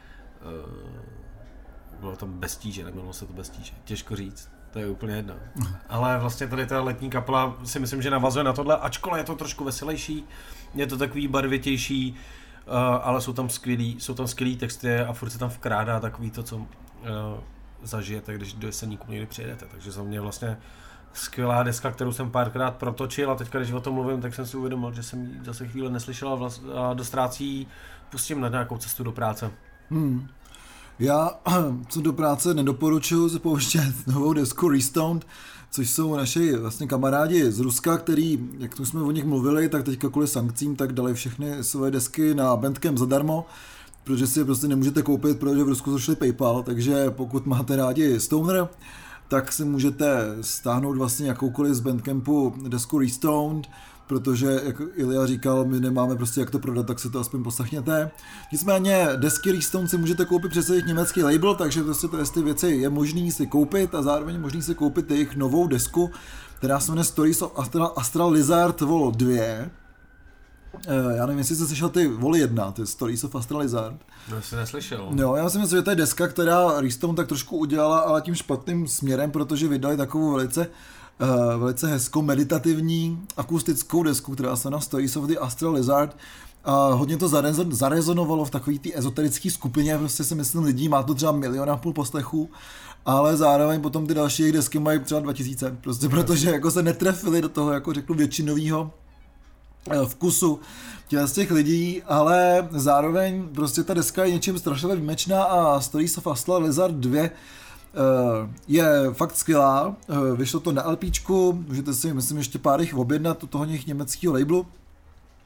Uh, bylo tam Bez tíže, nebylo se to Bez tíže, těžko říct, to je úplně jedno. Ale vlastně tady ta letní kapela si myslím, že navazuje na tohle, ačkoliv je to trošku veselější, je to takový barvitější, uh, ale jsou tam skvělý, jsou tam skvělý texty a furt se tam vkrádá takový to, co Uh, zažijete, když do Jeseníku někdy přijedete, takže za mě vlastně skvělá deska, kterou jsem párkrát protočil a teďka, když o tom mluvím, tak jsem si uvědomil, že jsem ji zase chvíli neslyšel a, vlast, a do ztrácí pustím na nějakou cestu do práce. Hmm. Já, co do práce, nedoporučuji si pouštět novou desku Restoned, což jsou naši vlastně kamarádi z Ruska, který, jak tu jsme o nich mluvili, tak teďka kvůli sankcím, tak dali všechny své desky na Bandcamp zadarmo, protože si je prostě nemůžete koupit, protože v Rusku zrušili PayPal, takže pokud máte rádi Stoner, tak si můžete stáhnout vlastně jakoukoliv z Bandcampu desku Restoned, protože, jak Ilja říkal, my nemáme prostě jak to prodat, tak si to aspoň poslechněte. Nicméně desky Restoned si můžete koupit přes jejich německý label, takže prostě ty věci je možný si koupit a zároveň možný si koupit jejich novou desku, která se jmenuje Stories of Astral, Astral Lizard Vol dva. Já nevím, jestli jsi slyšel ty Vol jedna, ty Stories of Astral Lizard. No, jsi neslyšel. Jo, já si myslím, že to je deska, která Restoned tak trošku udělala, ale tím špatným směrem, protože vydali takovou velice, uh, velice hezkou, meditativní, akustickou desku, která se jmenuje Stories of the Astral Lizard. A hodně to zarezon, zarezonovalo v takové té ezoterické skupině, prostě si myslím lidí, má to třeba milion a půl poslechů, ale zároveň potom ty další jejich desky mají třeba dva tisíce, prostě protože jako se netrefili do toho, jako řeknu, většinovýho vkusu těch z těch lidí, ale zároveň prostě ta deska je něčím strašně výjimečná a Stories of Astral Lizard dva je fakt skvělá, vyšlo to na LPčku, můžete si myslím ještě pár jich objednat u toho něch německého labelu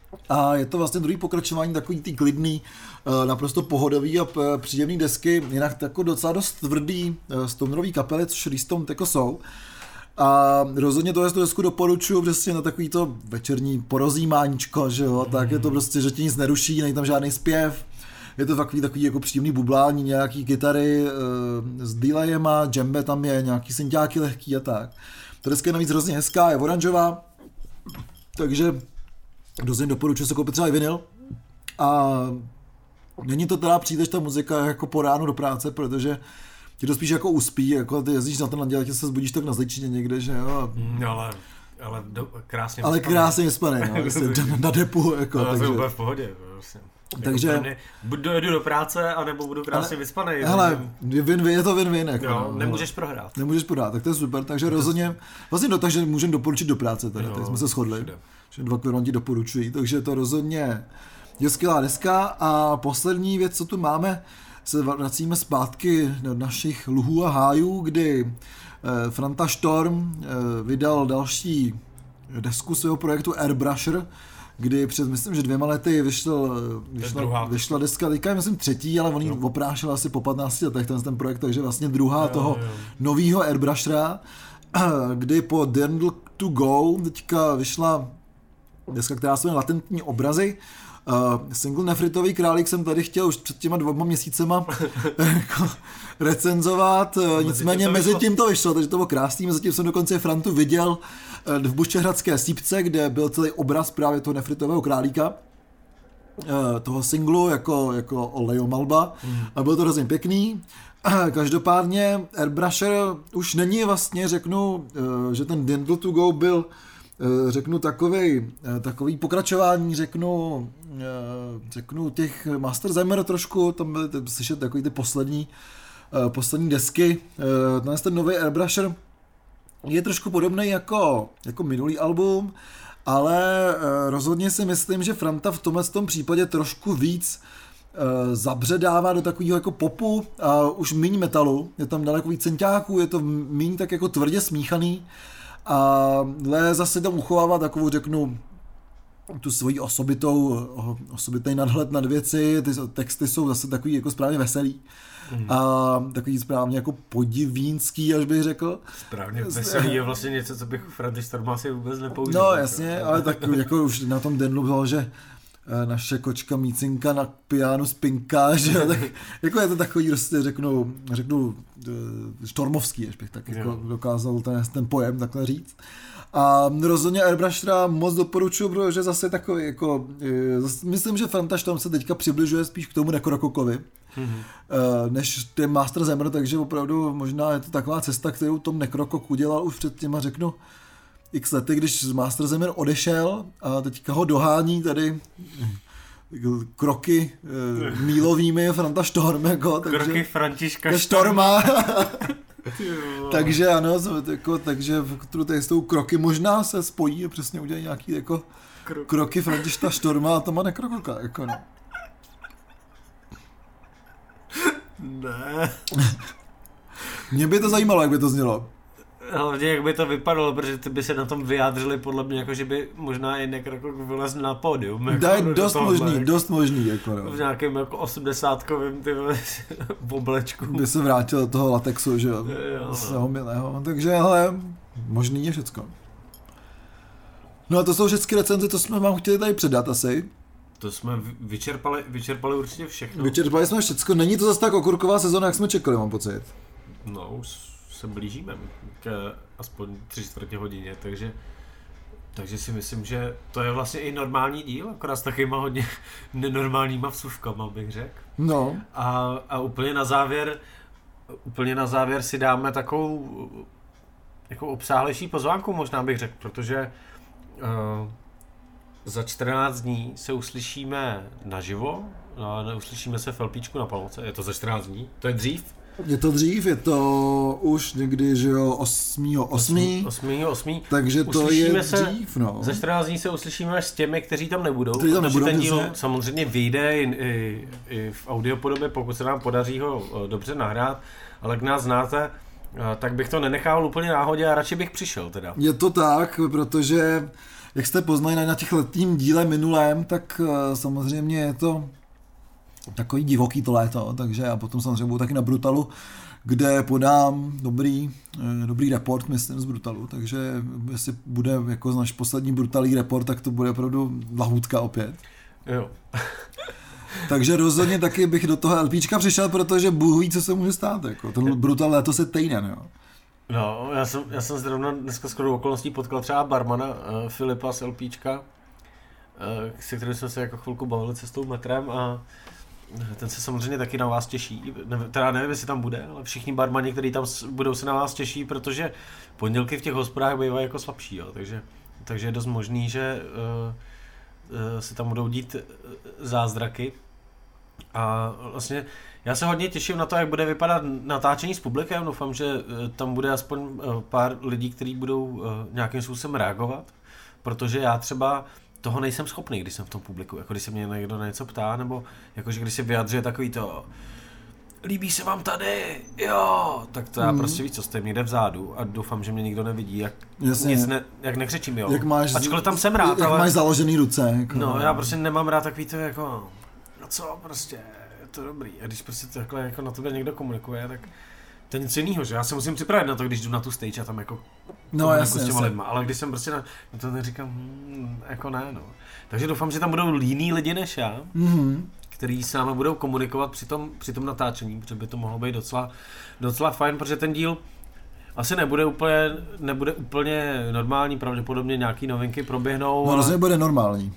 A je to vlastně druhý pokračování takový tý klidný, naprosto pohodový a příjemný desky, jinak jako docela dost tvrdý stonerový kapely, což Restone jako jsou. A rozhodně tohle desku doporučuji přesně na takový to večerní porozímáníčko, že jo, tak je to prostě, že ti nic neruší, není tam žádný zpěv. Je to takový, takový jako příjemný bublání, nějaký kytary e, s delayema, džembe tam je, nějaký synťáky lehký a tak. Ta deska je navíc hrozně hezká, je oranžová, takže rozhodně doporučuji se koupit třeba i vinyl. A není to teda příliš ta muzika jako po ránu do práce, protože ti to spíš jako uspí, jako ty jezdíš na ten naděl, se zbudíš tak na zličině někde, že jo. Mm, ale ale do, krásně Ale vyspaný. krásně vyspaný, no, vlastně, na depu, jako. No, takže. To je v pohodě, vlastně. Takže jako buď dojedu do práce, anebo budu krásně vyspaný. Hele, win-win, je to win-win. Jako, jo, nemůžeš prohrát. Nemůžeš prohrát, tak to je super. Takže rozhodně, vlastně no, takže můžeme doporučit do práce, tady, jo, tady jsme se shodli, všude. Že dva kvěronti doporučují, takže to rozhodně je skvělá deska. A poslední věc, co tu máme, se vracíme zpátky do našich luhů a hájů, kdy eh, Franta Storm eh, vydal další desku svého projektu Airbrusher, kdy před, myslím, že dvěma lety vyšel, vyšla, vyšla deska, teďka je myslím třetí, ale on ji oprášil asi po patnácti letech ten, ten projekt, takže vlastně druhá jo, toho novýho Airbrushera, kdy po Dendl to Go teďka vyšla deska, která se jmenuje Latentní obrazy. Uh, single Nefritový králík jsem tady chtěl už před těma dvoma měsícema jako recenzovat, uh, nicméně mezi tím to vyšlo, takže to bylo krásný, mezi tím jsem dokonce Frantu viděl uh, v Bušehradské Stípce, kde byl celý obraz právě toho Nefritového králíka, uh, toho singlu jako, jako olejomalba mm. a bylo to hrozně pěkný. Každopádně Airbrusher už není vlastně, řeknu, uh, že ten Dendl to Go byl řeknu takovej, takový pokračování, řeknu, řeknu těch Master Zemmer trošku, tam byly slyšet takový ty poslední, poslední desky. Dnes ten nový Airbrusher je trošku podobný jako, jako minulý album, ale rozhodně si myslím, že Franta v tomhle tom případě trošku víc zabředává do takového jako popu a už míň metalu, je tam daleko víc centáků, je to míň tak jako tvrdě smíchaný, ale zase tam uchovává takovou, řeknu, tu svoji osobitou, osobitý nadhled nad věci, ty texty jsou zase takový jako správně veselý mm. a takový správně jako podivínský, až bych řekl. Správně veselý je vlastně něco, co bych Franti Storma asi vůbec nepoužil. No jasně, tak, ale tak jako už na tom Dendlu bylo, že naše kočka Mícinka na pianu spinká, že tak jako je to takový, prostě řeknu, řeknu štormovský, až bych tak jako dokázal ten, ten pojem takhle říct. A rozhodně Airbrusher moc doporučuji, protože zase takový jako, zase myslím, že Franta Storm se teďka přibližuje spíš k tomu Nekrokokovi, mm-hmm. než ten Master Zemmer, takže opravdu možná je to taková cesta, kterou Tom Nekrokok udělal už před těma, řeknu, x lety, když z Master Zemmer odešel a teďka ho dohání tady kroky e, mílovými Franta Storm, jako, takže, kroky Františka Storma. Takže ano, jako, takže s tou kroky možná se spojí a přesně udělají nějaký jako Krok. kroky Františka Storma a Toma Nekrokoka, jako no. Ne. Mě by to zajímalo, jak by to znělo. Hlavně jak by to vypadalo, protože ty by se na tom vyjádřili podle mě, jako že by možná i Nekrokok vylez na pódium. Jako Daj, dost tohle, možný, jako, dost možný. Jako no. V nějakém jako osmdesátkovým ty oblečku. By se vrátil do toho latexu, že jo, svého milého. Takže hele, možný je všecko. No a to jsou všechny recenze, to jsme vám chtěli tady předat asi. To jsme vyčerpali, vyčerpali určitě všechno. Vyčerpali jsme všecko, není to zase tak okurková sezóna, jak jsme čekali, mám pocit. No, už se blížíme k aspoň tři čtvrtě hodině, takže, takže si myslím, že to je vlastně i normální díl, akorát s takýma hodně nenormálníma vsuvkama, bych řekl. No. A, a úplně na závěr, úplně na závěr si dáme takovou jako obsáhlejší pozvánku, možná bych řekl, protože uh, za čtrnáct dní se uslyšíme naživo, a neuslyšíme se v LPčku na Palmoce, je to za čtrnáct dní, to je dřív. Je to dřív, je to už někdy, že jo, osmého osmého osmého osmého Takže to uslyšíme je dřív, no. Za čtrnáct dní se uslyšíme až s těmi, kteří tam nebudou. Kteří tam nebudou, ten díl samozřejmě vyjde i, i, i v audiopodobě, pokud se nám podaří ho dobře nahrát, ale jak nás znáte, tak bych to nenechal úplně náhodě a radši bych přišel teda. Je to tak, protože jak jste poznali na těch letním díle minulém, tak uh, samozřejmě je to takový divoký to léto, takže já potom samozřejmě budu taky na Brutalu, kde podám dobrý, dobrý report, myslím, z Brutalu, takže jestli bude jako náš poslední Brutalý report, tak to bude opravdu lahůdka opět. Jo. Takže rozhodně taky bych do toho LPčka přišel, protože Bůh ví, co se může stát, jako ten Brutal léto se týden, jo. No, já jsem, já jsem zrovna dneska skoro okolností potkal třeba barmana uh, Filipa z LPčka, uh, se kterým jsme se jako chvilku bavili cestou metrem a ten se samozřejmě taky na vás těší, ne, teda nevím, jestli tam bude, ale všichni barmani, kteří tam budou, se na vás těší, protože pondělky v těch hospodách bývají jako slabší, jo, takže, takže je dost možný, že uh, uh, se tam budou dít zázraky a vlastně já se hodně těším na to, jak bude vypadat natáčení s publikem, doufám, že uh, tam bude aspoň uh, pár lidí, kteří budou uh, nějakým způsobem reagovat, protože já třeba toho nejsem schopný, když jsem v tom publiku, jako když se mě někdo na něco ptá, nebo jakože když se vyjadřuje takový to líbí se vám tady, jo, tak to já mm. prostě víc, co jste někde vzadu a doufám, že mě nikdo nevidí, jak Jasně. nic ne, jak nekřečím, jo. Jak máš, ačkoliv tam jsem rád, jak ale... máš založený ruce. Jako... No, já prostě nemám rád takový to jako, no co, prostě, je to dobrý. A když prostě takhle jako na tebe někdo komunikuje, tak to je něco jiného, že já se musím připravit na to, když jdu na tu stage a tam jako no, jasně, s těma lidma, ale když jsem prostě na, na to neříkám, hm, jako ne, no. Takže doufám, že tam budou líní lidi než já, mm-hmm. který s námi budou komunikovat při tom, při tom natáčení, protože by to mohlo být docela, docela fajn, protože ten díl asi nebude úplně, nebude úplně normální, pravděpodobně nějaký novinky proběhnou. No, ale... rozhodně bude normální.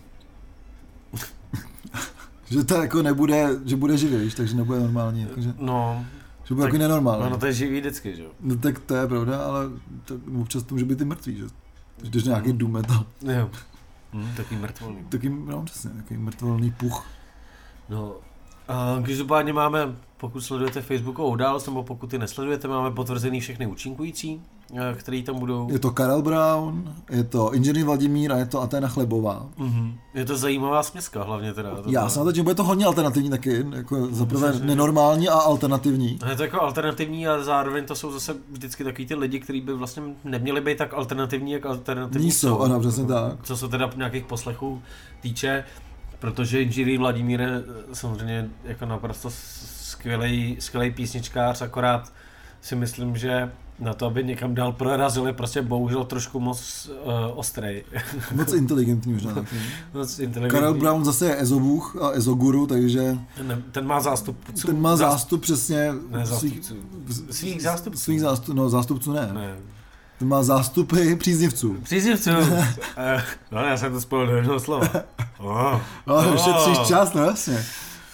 Že to jako nebude, že bude živý, víš, takže nebude normální. Jakože... No. Že bude jako nenormální. No to je živý vždycky, že jo? No tak to je pravda, ale to, občas to může být i mrtvý, že? Když nějaký doom metal. Jo. Hmm, taký mrtvolný. Taký, no přesně, taký mrtvolný puch. No, a každopádně máme, pokud sledujete Facebookovou událost, nebo pokud ty nesledujete, máme potvrzený všechny účinkující, který tam budou. Je to Karel Brown, je to Inženýr Vladimír a je to Aténa Chlebová. Mm-hmm. Je to zajímavá směska hlavně teda. Já byla... jsem na to, že bude to hodně alternativní taky, jako zaprvé nenormální a alternativní. Je to jako alternativní a zároveň to jsou zase vždycky takový ty lidi, kteří by vlastně neměli být tak alternativní, jak alternativní jsou. jsou. Ano, přesně tak. Co se teda nějakých poslechů týče, protože Inženýr Vladimír je samozřejmě jako naprosto skvělej, skvělej písničkář, akorát si myslím, že na to, aby někam dál prorazil, je prostě bohužel trošku moc uh, ostrej. Moc inteligentní možná. Moc inteligentní. Karel Brown zase je ezobůh a ezoguru, takže... Ten, ten má zástupců. Ten má zástup přesně... Ne, zástupců. Svých, svých zástupců. Svých zástup, no zástupců ne. ne. Ten má zástupy příznivců. Příznivců? No já jsem to spojil do jednoho slova. Oh. No, oh. Šetříš čas, no jasně.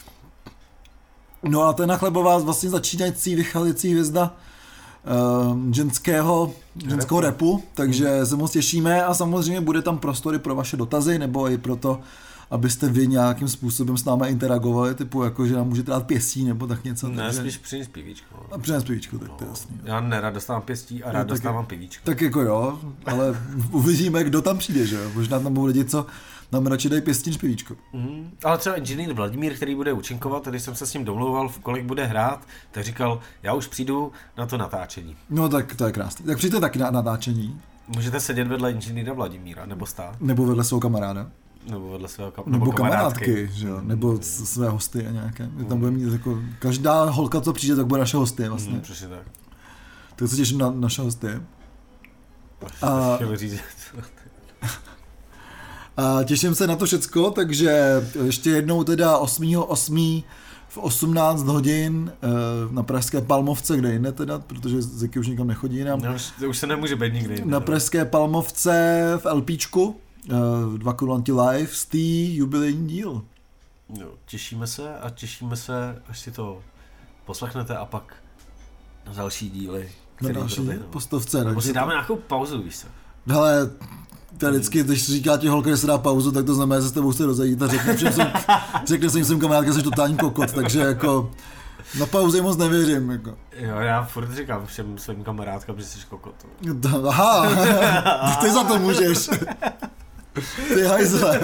No a Aténa Chlebová vlastně začínající vychalící hvězda Uh, ženského, ženského repu, takže hmm. se moc těšíme a samozřejmě bude tam prostory pro vaše dotazy nebo i pro to, abyste vy nějakým způsobem s námi interagovali, typu jako, že nám můžete dát pěstí nebo tak něco. Ne, takže... spíš přines pivíčko. A přines pivíčko, tak no, to je jasný. Já nerad dostávám pěstí a rád no, dostávám pivíčko. Tak jako jo, ale uvidíme, kdo tam přijde, že jo, možná tam budou lidi, co nám radši dají pěstí než pivíčko. Mm, ale třeba Inženýr Vladimír, který bude účinkovat, když jsem se s ním domlouval, v kolik bude hrát, tak říkal, já už přijdu na to natáčení. No tak to je krásný. Tak přijďte taky na natáčení. Můžete sedět vedle Inženýra Vladimíra, nebo stát. Nebo vedle svého kamaráda. Nebo vedle svého kam- nebo, nebo kamarádky, že jo, nebo mm. své hosty a nějaké. Mm. Tam bude mít jako, každá holka, co přijde, tak bude naše hosty vlastně. Mm, přesně tak. Tak se těším na naše hosty. A... A těším se na to všecko, takže ještě jednou teda osmého osmého v osmnáct hodin na pražské Palmovce, kde jinde teda, protože Zeky už nikam nechodí jinam. No, už, už se nemůže být nikde jinde. Na pražské Palmovce v LPčku, dva kulanti live, z té jubilejní díl. No, těšíme se a těšíme se, až si to poslechnete a pak na další díly. Na další postovce. Nebo si dáme nějakou pauzu, víš co? Hele, to vždycky, když říká ti holka, že se dá pauzu, tak to znamená, že se s tebou chce rozejít a řekne všem jsem, řekne jsem svým kamarádkám, že jsi totální kokot, takže jako na pauze moc nevěřím. Jako. Jo, já furt říkám všem svým kamarádkám, že jsi kokot. Aha, ty za to můžeš. Ty hajzle.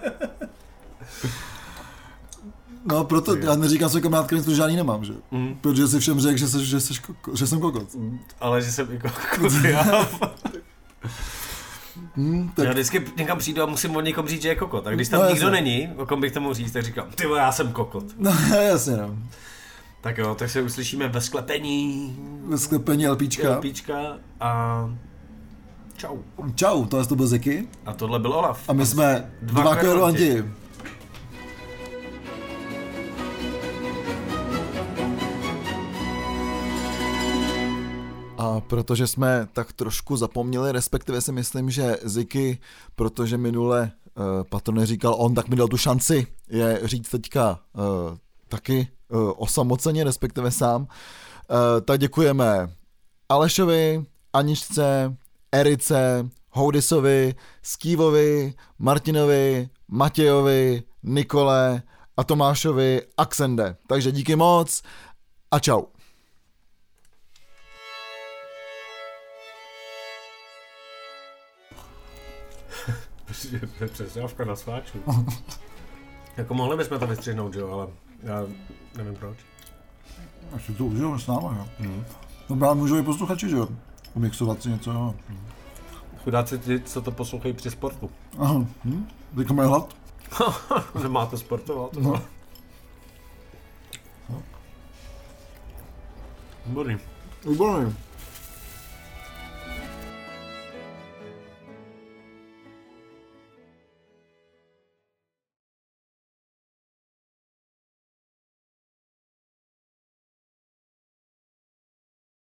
No proto já neříkám svým kamarádkám, že žádný nemám, že? Mm. Protože si všem řekl, že, jsi, že, jsi, že jsem kokot. Ale že jsem i kokot, já. Hmm, tak... Já vždycky někam přijdu a musím od někom říct, že je kokot. Tak když tam no, nikdo jasně. není, o kom bych tomu říct, tak říkám, ty já jsem kokot. No jasně no. Tak jo, tak se uslyšíme ve sklepení. Ve sklepení LPčka. LPčka a čau. Čau, tohle to byl Ziky. A tohle byl Olaf. A my jsme dva, dva kverulanti. A protože jsme tak trošku zapomněli, respektive si myslím, že Ziky, protože minule uh, Patrone říkal on, tak mi dal tu šanci je říct teďka uh, taky uh, osamoceně, respektive sám. Uh, tak děkujeme Alešovi, Aničce, Erice, Houdisovi, Skývovi, Martinovi, Matějovi, Nikole a Tomášovi Axende. Takže díky moc a čau. To je přestávka na sváčku. Jako mohli bychom to vystřihnout, jo, ale já nevím proč. Až si to užijeme s náma, jo. Mm. No brát můžou i posluchači, že jo. Umixovat si něco, jo. Chudáci ti, co to poslouchají při sportu. Aha, hm? Teďka mají hlad. Nemáte sportovat. No. Výborný. Výborný.